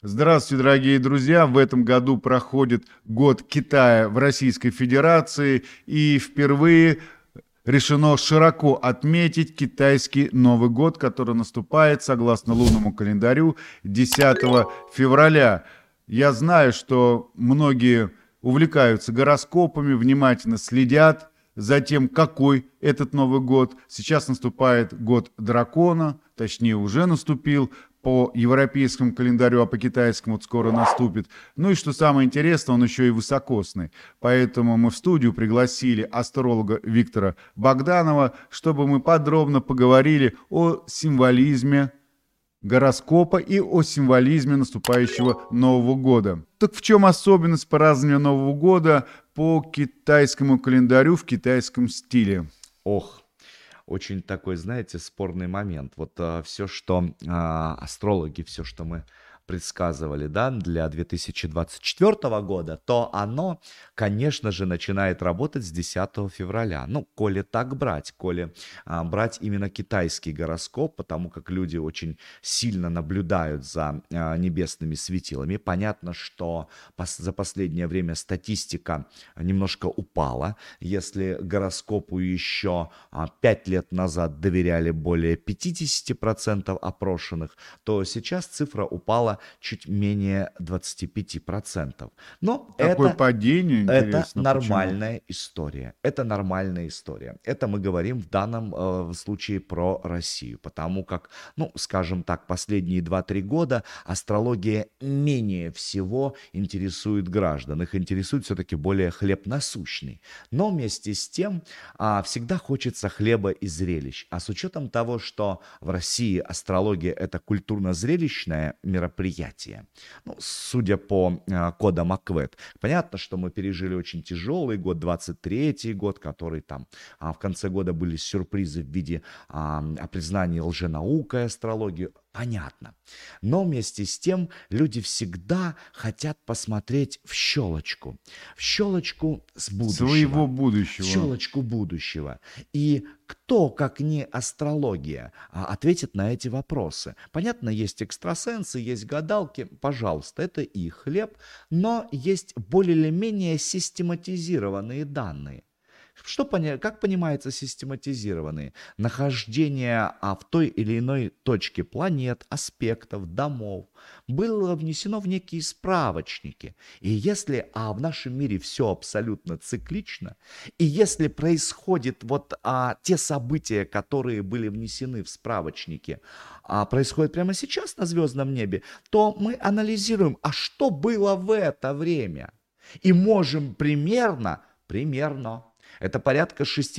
Здравствуйте, дорогие друзья! В этом году проходит год Китая в Российской Федерации, и впервые решено широко отметить китайский Новый год, который наступает, согласно лунному календарю, 10 февраля. Я знаю, что многие увлекаются гороскопами, внимательно следят за тем, какой этот Новый год. Сейчас наступает год дракона, точнее уже наступил по европейскому календарю, а по китайскому скоро наступит. Ну и что самое интересное, он еще и высокосный. Поэтому мы в студию пригласили астролога Виктора Богданова, чтобы мы подробно поговорили о символизме гороскопа и о символизме наступающего Нового года. Так в чем особенность празднования Нового года по китайскому календарю в китайском стиле? Ох, очень такой, знаете, спорный момент. Вот все, что астрологи, все, что мы предсказывали, да, для 2024 года, то оно, конечно же, начинает работать с 10 февраля. Ну, коли так брать, брать именно китайский гороскоп, потому как люди очень сильно наблюдают за небесными светилами. Понятно, что за последнее время статистика немножко упала. Если гороскопу еще 5 лет назад доверяли более 50% опрошенных, то сейчас цифра упала чуть менее 25%. Но Такое это падение, это интересно, почему? нормальная история. Это нормальная история. Это мы говорим в данном случае про Россию. Потому как, ну, скажем так, последние 2-3 года астрология менее всего интересует граждан. Их интересует все-таки более хлеб насущный. Но вместе с тем всегда хочется хлеба и зрелищ. А с учетом того, что в России астрология это культурно-зрелищное мероприятие, ну, судя по кодам АКВЭД, понятно, что мы пережили очень тяжелый год, 23-й год, который там в конце года были сюрпризы в виде признания лженаукой астрологии. Понятно. Но вместе с тем люди всегда хотят посмотреть в щелочку. В щелочку с будущего. Своего В будущего. щелочку будущего. И кто, как не астрология, ответит на эти вопросы? Понятно, есть экстрасенсы, есть гадалки. Пожалуйста, это их хлеб. Но есть более или менее систематизированные данные. Как понимается систематизированные? Нахождение в той или иной точке планет, аспектов, домов было внесено в некие справочники. И если в нашем мире все абсолютно циклично, и если происходят те события, которые были внесены в справочники, происходят прямо сейчас на звездном небе, то мы анализируем, что было в это время. И можем примерно, это порядка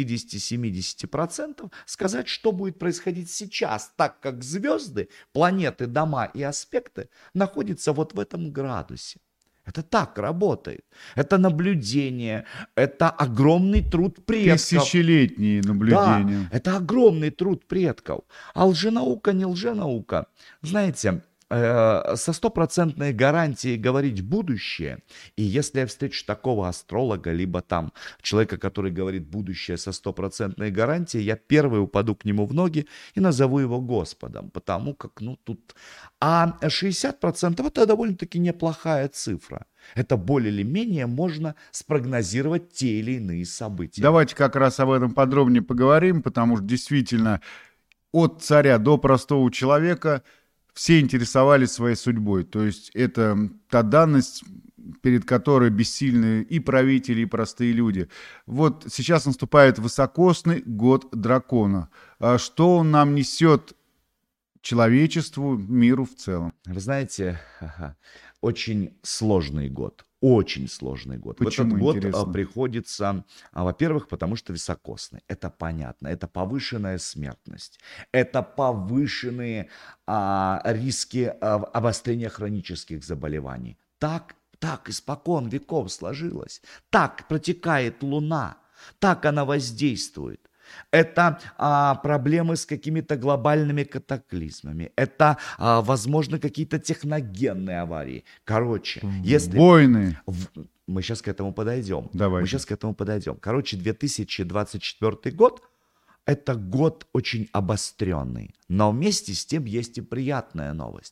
60-70%, сказать, что будет происходить сейчас, так как звезды, планеты, дома и аспекты находятся вот в этом градусе. Это так работает. Это наблюдение, это огромный труд предков. Тысячелетние наблюдения. Да, это огромный труд предков. А лженаука, не лженаука. Знаете, со стопроцентной гарантией говорить будущее, и если я встречу такого астролога, либо там человека, который говорит будущее со стопроцентной гарантией, я первый упаду к нему в ноги и назову его Господом, потому как, тут... А 60% это довольно-таки неплохая цифра. Это более или менее можно спрогнозировать те или иные события. Давайте как раз об этом подробнее поговорим, потому что действительно от царя до простого человека все интересовались своей судьбой. То есть это та данность, перед которой бессильны и правители, и простые люди. Вот сейчас наступает высокосный год дракона. Что он нам несет человечеству, миру в целом? Вы знаете, очень сложный год. Очень сложный год. Почему, в этот интересно? год приходится, во-первых, потому что високосный. Это понятно. Это повышенная смертность. Это повышенные риски обострения хронических заболеваний. Так испокон веков сложилось. Так протекает Луна. Так она воздействует. Это проблемы с какими-то глобальными катаклизмами. Это, возможно, какие-то техногенные аварии. Короче, если... Войны. Мы сейчас к этому подойдем. Давайте. Мы сейчас к этому подойдем. Короче, 2024 год Это год очень обостренный, но вместе с тем есть и приятная новость.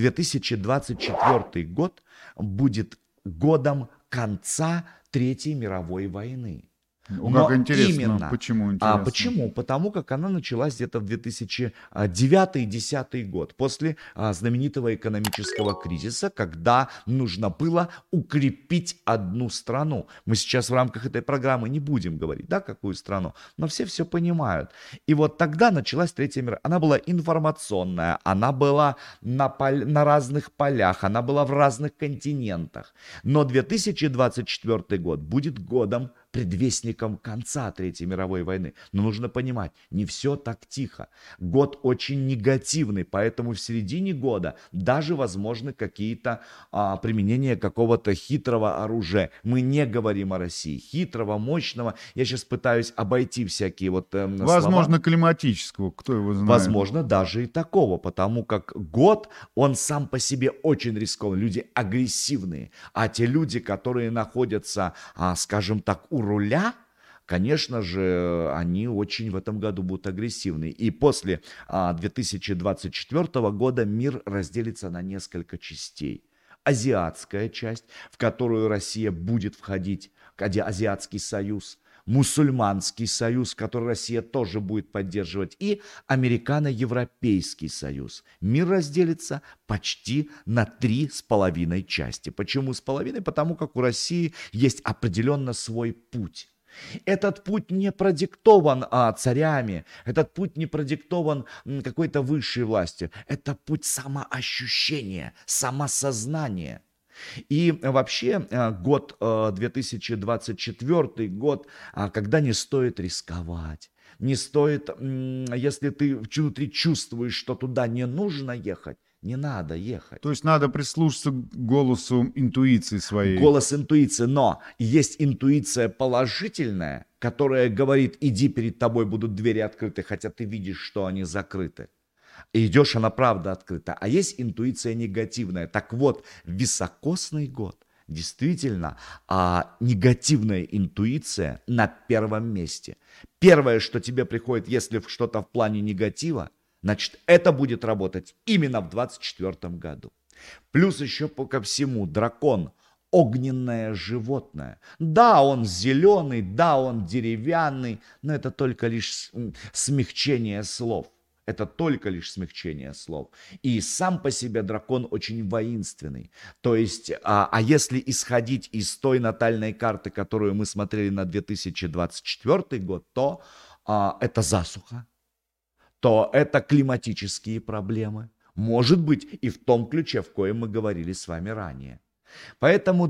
2024 год будет годом конца Третьей мировой войны. Ну, Но как интересно. именно, Почему интересно? почему? Потому как она началась где-то в 2009-2010 год, после знаменитого экономического кризиса, когда нужно было укрепить одну страну. Мы сейчас в рамках этой программы не будем говорить, да, какую страну, но все понимают. И вот тогда началась Третья мировая. Она была информационная, она была на разных полях, она была в разных континентах. Но 2024 год будет годом, предвестником конца Третьей мировой войны. Но нужно понимать, не все так тихо. Год очень негативный, поэтому в середине года даже возможны какие-то применения какого-то хитрого оружия. Мы не говорим о России. Хитрого, мощного. Я сейчас пытаюсь обойти всякие Возможно, слова. климатического, кто его знает. Возможно, даже и такого, потому как год, он сам по себе очень рискованный. Люди агрессивные, а те люди, которые находятся, скажем так, у руля, конечно же, они очень в этом году будут агрессивны. И после 2024 года мир разделится на несколько частей. Азиатская часть, в которую Россия будет входить, Азиатский союз, мусульманский союз, который Россия тоже будет поддерживать, и американо-европейский союз. Мир разделится почти на 3,5 части. Почему с половиной? Потому как у России есть определенно свой путь. Этот путь не продиктован царями, этот путь не продиктован какой-то высшей властью. Это путь самоощущения, самосознания. И вообще год 2024 год, когда не стоит рисковать. Не стоит, если ты внутри чувствуешь, что туда не нужно ехать, не надо ехать. То есть надо прислушаться к голосу интуиции своей. Голос интуиции, но есть интуиция положительная, которая говорит: иди, перед тобой будут двери открыты, хотя ты видишь, что они закрыты. И идешь, она правда открыта. А есть интуиция негативная. Так вот, високосный год действительно негативная интуиция на первом месте. Первое, что тебе приходит, если что-то в плане негатива, значит, это будет работать именно в 2024 году. Плюс еще ко всему дракон. Огненное животное. Да, он зеленый, да, он деревянный, но это только лишь смягчение слов. Это только лишь смягчение слов. И сам по себе дракон очень воинственный. То есть, если исходить из той натальной карты, которую мы смотрели на 2024 год, то это засуха, то это климатические проблемы. Может быть, и в том ключе, в коем мы говорили с вами ранее. Поэтому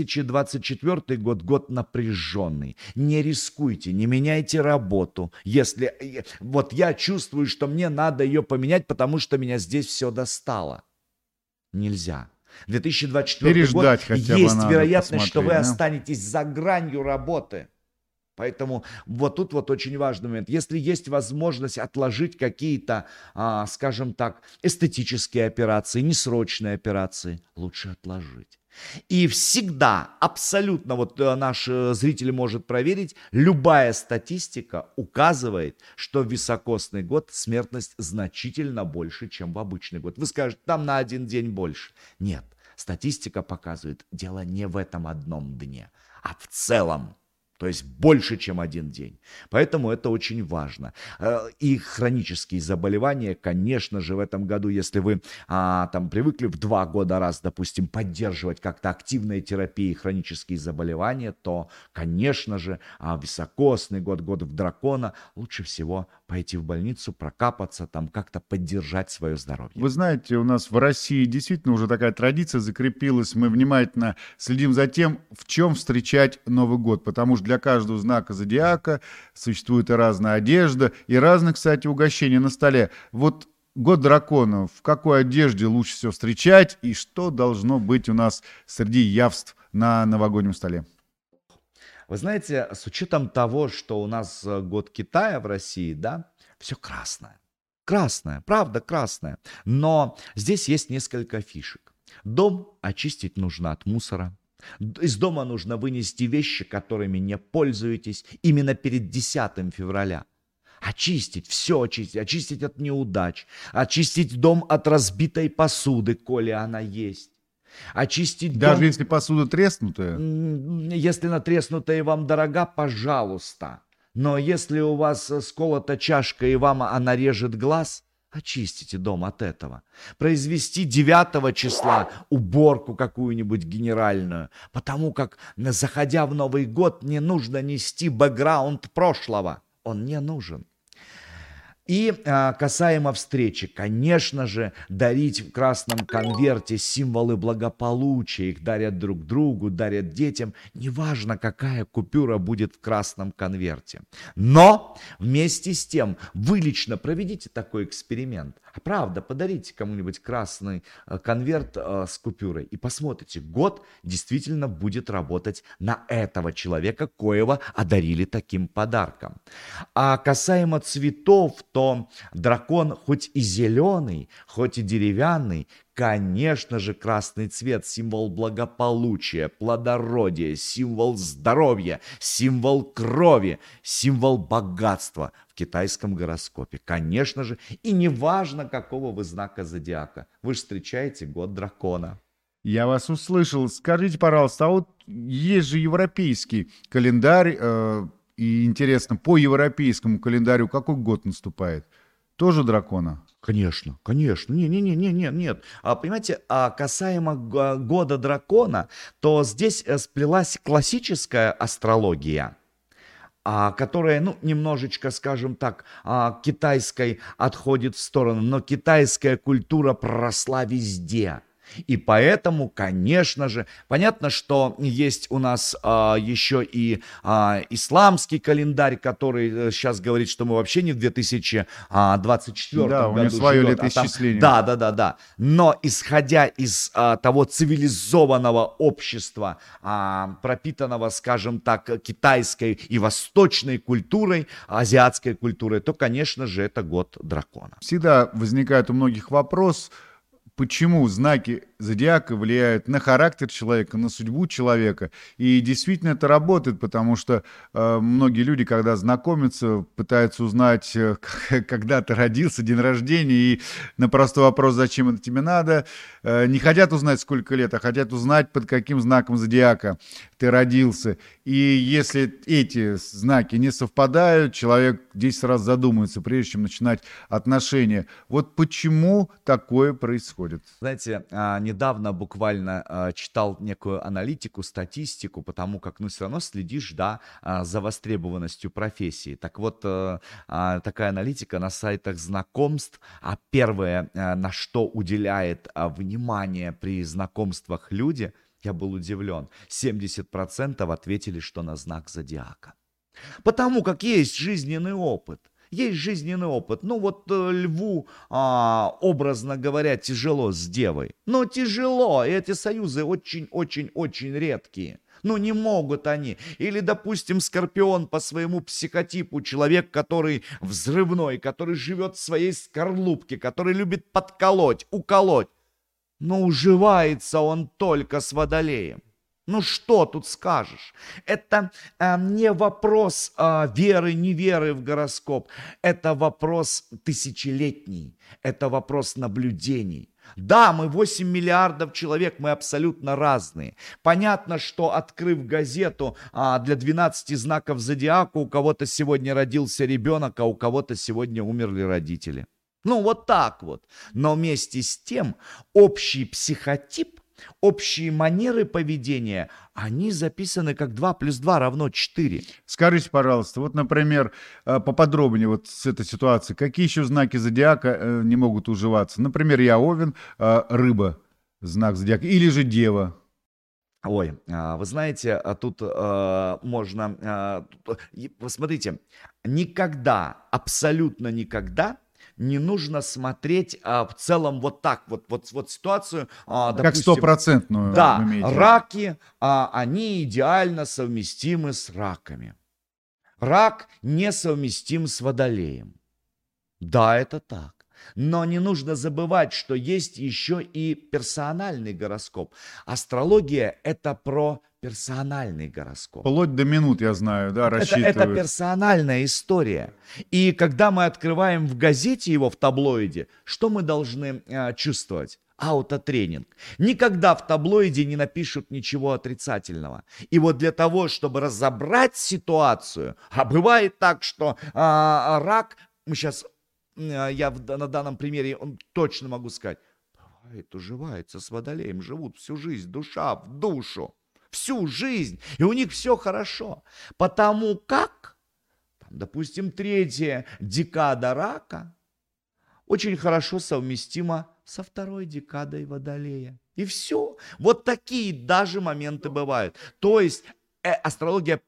2024 год, год напряженный. Не рискуйте, не меняйте работу. Если вот я чувствую, что мне надо ее поменять, потому что меня здесь все достало. Нельзя. 2024 Переждать год хотя бы есть надо, вероятность, что вы да? останетесь за гранью работы. Поэтому вот тут вот очень важный момент. Если есть возможность отложить какие-то, скажем так, эстетические операции, несрочные операции, лучше отложить. И всегда, абсолютно, вот наш зритель может проверить, любая статистика указывает, что в високосный год смертность значительно больше, чем в обычный год. Вы скажете, там на один день больше. Нет, статистика показывает, дело не в этом одном дне, а в целом. То есть больше, чем один день. Поэтому это очень важно. И хронические заболевания, конечно же, в этом году, если вы там привыкли в 2 года раз, допустим, поддерживать как-то активные терапии хронические заболевания, то, конечно же, високосный год, год в дракона, лучше всего пойти в больницу, прокапаться, там как-то поддержать свое здоровье. Вы знаете, у нас в России действительно уже такая традиция закрепилась. Мы внимательно следим за тем, в чем встречать Новый год, потому что для каждого знака зодиака существует и разная одежда, и разные, кстати, угощения на столе. Вот год дракона, в какой одежде лучше всего встречать, и что должно быть у нас среди явств на новогоднем столе? Вы знаете, с учетом того, что у нас год Китая в России, да, все красное. Красное, правда красное. Но здесь есть несколько фишек. Дом очистить нужно от мусора. Из дома нужно вынести вещи, которыми не пользуетесь, именно перед 10 февраля. Очистить, все очистить, очистить от неудач, очистить дом от разбитой посуды, коли она есть. Очистить Даже дом, если посуда треснутая? если натреснутая вам дорога, пожалуйста. Но если у вас сколота чашка и вам она режет глаз, очистите дом от этого. Произвести 9 числа уборку какую-нибудь генеральную, потому как, заходя в Новый год, не нужно нести бэкграунд прошлого. Он не нужен. И касаемо встречи, конечно же, дарить в красном конверте символы благополучия. Их дарят друг другу, дарят детям. Неважно, какая купюра будет в красном конверте. Но вместе с тем вы лично проведите такой эксперимент. Правда, подарите кому-нибудь красный конверт с купюрой и посмотрите, год действительно будет работать на этого человека, коего одарили таким подарком. А касаемо цветов, то дракон хоть и зеленый, хоть и деревянный, конечно же, красный цвет – символ благополучия, плодородия, символ здоровья, символ крови, символ богатства в китайском гороскопе. Конечно же, и неважно, какого вы знака зодиака, вы же встречаете год дракона. Я вас услышал. Скажите, пожалуйста, а вот есть же европейский календарь, и интересно, по европейскому календарю какой год наступает? Тоже дракона? Конечно, конечно. Нет. Понимаете, касаемо года дракона, то здесь сплелась классическая астрология, которая, немножечко, скажем так, китайской отходит в сторону, но китайская культура проросла везде. И поэтому, конечно же, понятно, что есть у нас еще и исламский календарь, который сейчас говорит, что мы вообще не в 2024 Да, у него году свое живет, летоисчисление. Да. Но исходя из того цивилизованного общества, пропитанного, скажем так, китайской и восточной культурой, азиатской культурой, то, конечно же, это год дракона. Всегда возникает у многих вопрос, почему знаки зодиака влияют на характер человека, на судьбу человека. И действительно это работает, потому что многие люди, когда знакомятся, пытаются узнать, когда ты родился, день рождения, и на простой вопрос, зачем это тебе надо, не хотят узнать, сколько лет, а хотят узнать, под каким знаком зодиака ты родился. И если эти знаки не совпадают, человек 10 раз задумается, прежде чем начинать отношения. Вот почему такое происходит? Знаете, недавно буквально читал некую аналитику, статистику, потому как, все равно следишь, да, за востребованностью профессии. Так вот, такая аналитика на сайтах знакомств, первое, на что уделяет внимание при знакомствах люди, я был удивлен, 70% ответили, что на знак зодиака. Потому как есть жизненный опыт. Есть жизненный опыт. Льву, образно говоря, тяжело с девой. Но тяжело. И эти союзы очень-очень-очень редкие. Не могут они. Или, допустим, Скорпион по своему психотипу, человек, который взрывной, который живет в своей скорлупке, который любит подколоть, уколоть. Но уживается он только с Водолеем. Что тут скажешь? Это не вопрос веры, неверы в гороскоп. Это вопрос тысячелетний. Это вопрос наблюдений. Да, мы 8 миллиардов человек, мы абсолютно разные. Понятно, что, открыв газету для 12 знаков зодиака, у кого-то сегодня родился ребенок, а у кого-то сегодня умерли родители. Вот так вот. Но вместе с тем общий психотип, общие манеры поведения, они записаны как 2 плюс 2 равно 4. Скажите, пожалуйста, например, поподробнее с этой ситуации, какие еще знаки зодиака не могут уживаться? Например, я Овен, рыба, знак зодиака, или же Дева. Ой, вы знаете, тут можно... Посмотрите, никогда, абсолютно никогда не нужно смотреть в целом вот так вот ситуацию. Как Допустим, стопроцентную. да, вы имеете. раки, они идеально совместимы с раками. Рак несовместим с Водолеем. Да, это так. Но не нужно забывать, что есть еще и персональный гороскоп. Астрология – это про персональный гороскоп. Вплоть до минут, я знаю, да, Это рассчитывают. персональная история. И когда мы открываем в газете его, в таблоиде, что мы должны чувствовать? Аутотренинг. Никогда в таблоиде не напишут ничего отрицательного. И вот для того, чтобы разобрать ситуацию, а бывает так, что рак, мы сейчас, я на данном примере точно могу сказать, бывает, уживается с водолеем, живут всю жизнь, душа в душу, всю жизнь, и у них все хорошо. Потому как, допустим, 3-я декада рака очень хорошо совместима со 2-й декадой водолея. И все. Вот такие даже моменты бывают. То есть астрология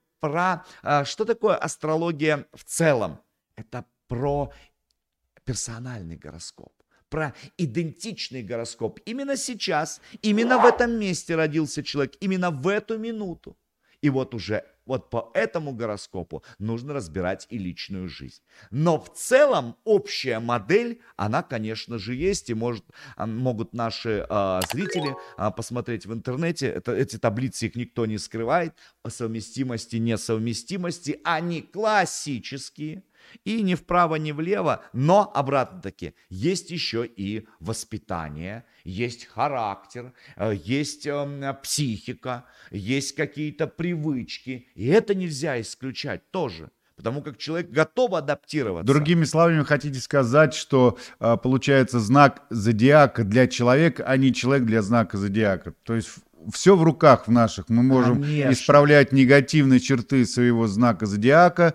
что такое астрология в целом? Это про персональный гороскоп, про идентичный гороскоп. Именно сейчас, именно в этом месте родился человек, именно в эту минуту. И вот уже вот по этому гороскопу нужно разбирать и личную жизнь. Но в целом общая модель, она, конечно же, есть. И могут наши зрители посмотреть в интернете. Эти таблицы, их никто не скрывает. О совместимости, несовместимости. Они классические. И ни вправо, ни влево, но обратно-таки есть еще и воспитание, есть характер, есть психика, есть какие-то привычки. И это нельзя исключать тоже, потому как человек готов адаптироваться. Другими словами, хотите сказать, что получается знак зодиака для человека, а не человек для знака зодиака. То есть все в руках в наших. Мы можем исправлять негативные черты своего знака зодиака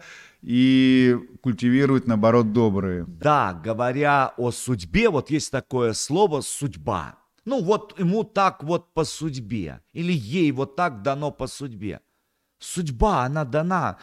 и культивировать, наоборот, добрые. Да, говоря о судьбе, вот есть такое слово «судьба». Ну вот ему так вот по судьбе, или ей вот так дано по судьбе. Судьба, она дана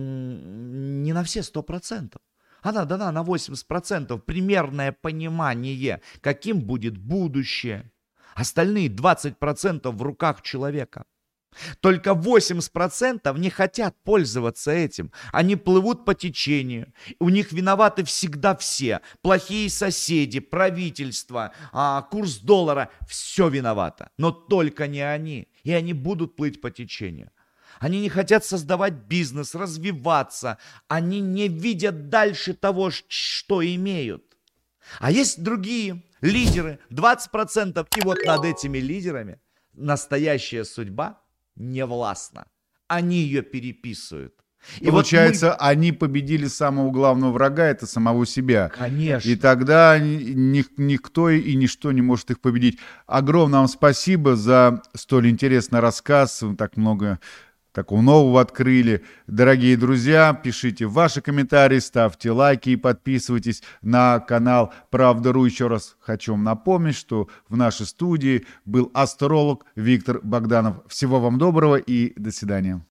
не на все 100%. Она дана на 80%. Примерное понимание, каким будет будущее. Остальные 20% в руках человека. Только 80% не хотят пользоваться этим. Они плывут по течению. У них виноваты всегда все. Плохие соседи, правительство, курс доллара. Все виновато. Но только не они. И они будут плыть по течению. Они не хотят создавать бизнес, развиваться. Они не видят дальше того, что имеют. А есть другие лидеры, 20%. И вот над этими лидерами настоящая судьба не властна. Они ее переписывают. И получается, вот они победили самого главного врага, это самого себя. Конечно. И тогда никто и ничто не может их победить. Огромное вам спасибо за столь интересный рассказ. Так много такого нового открыли. Дорогие друзья, пишите ваши комментарии, ставьте лайки и подписывайтесь на канал Правда.ру. Еще раз хочу вам напомнить, что в нашей студии был астролог Виктор Богданов. Всего вам доброго и до свидания.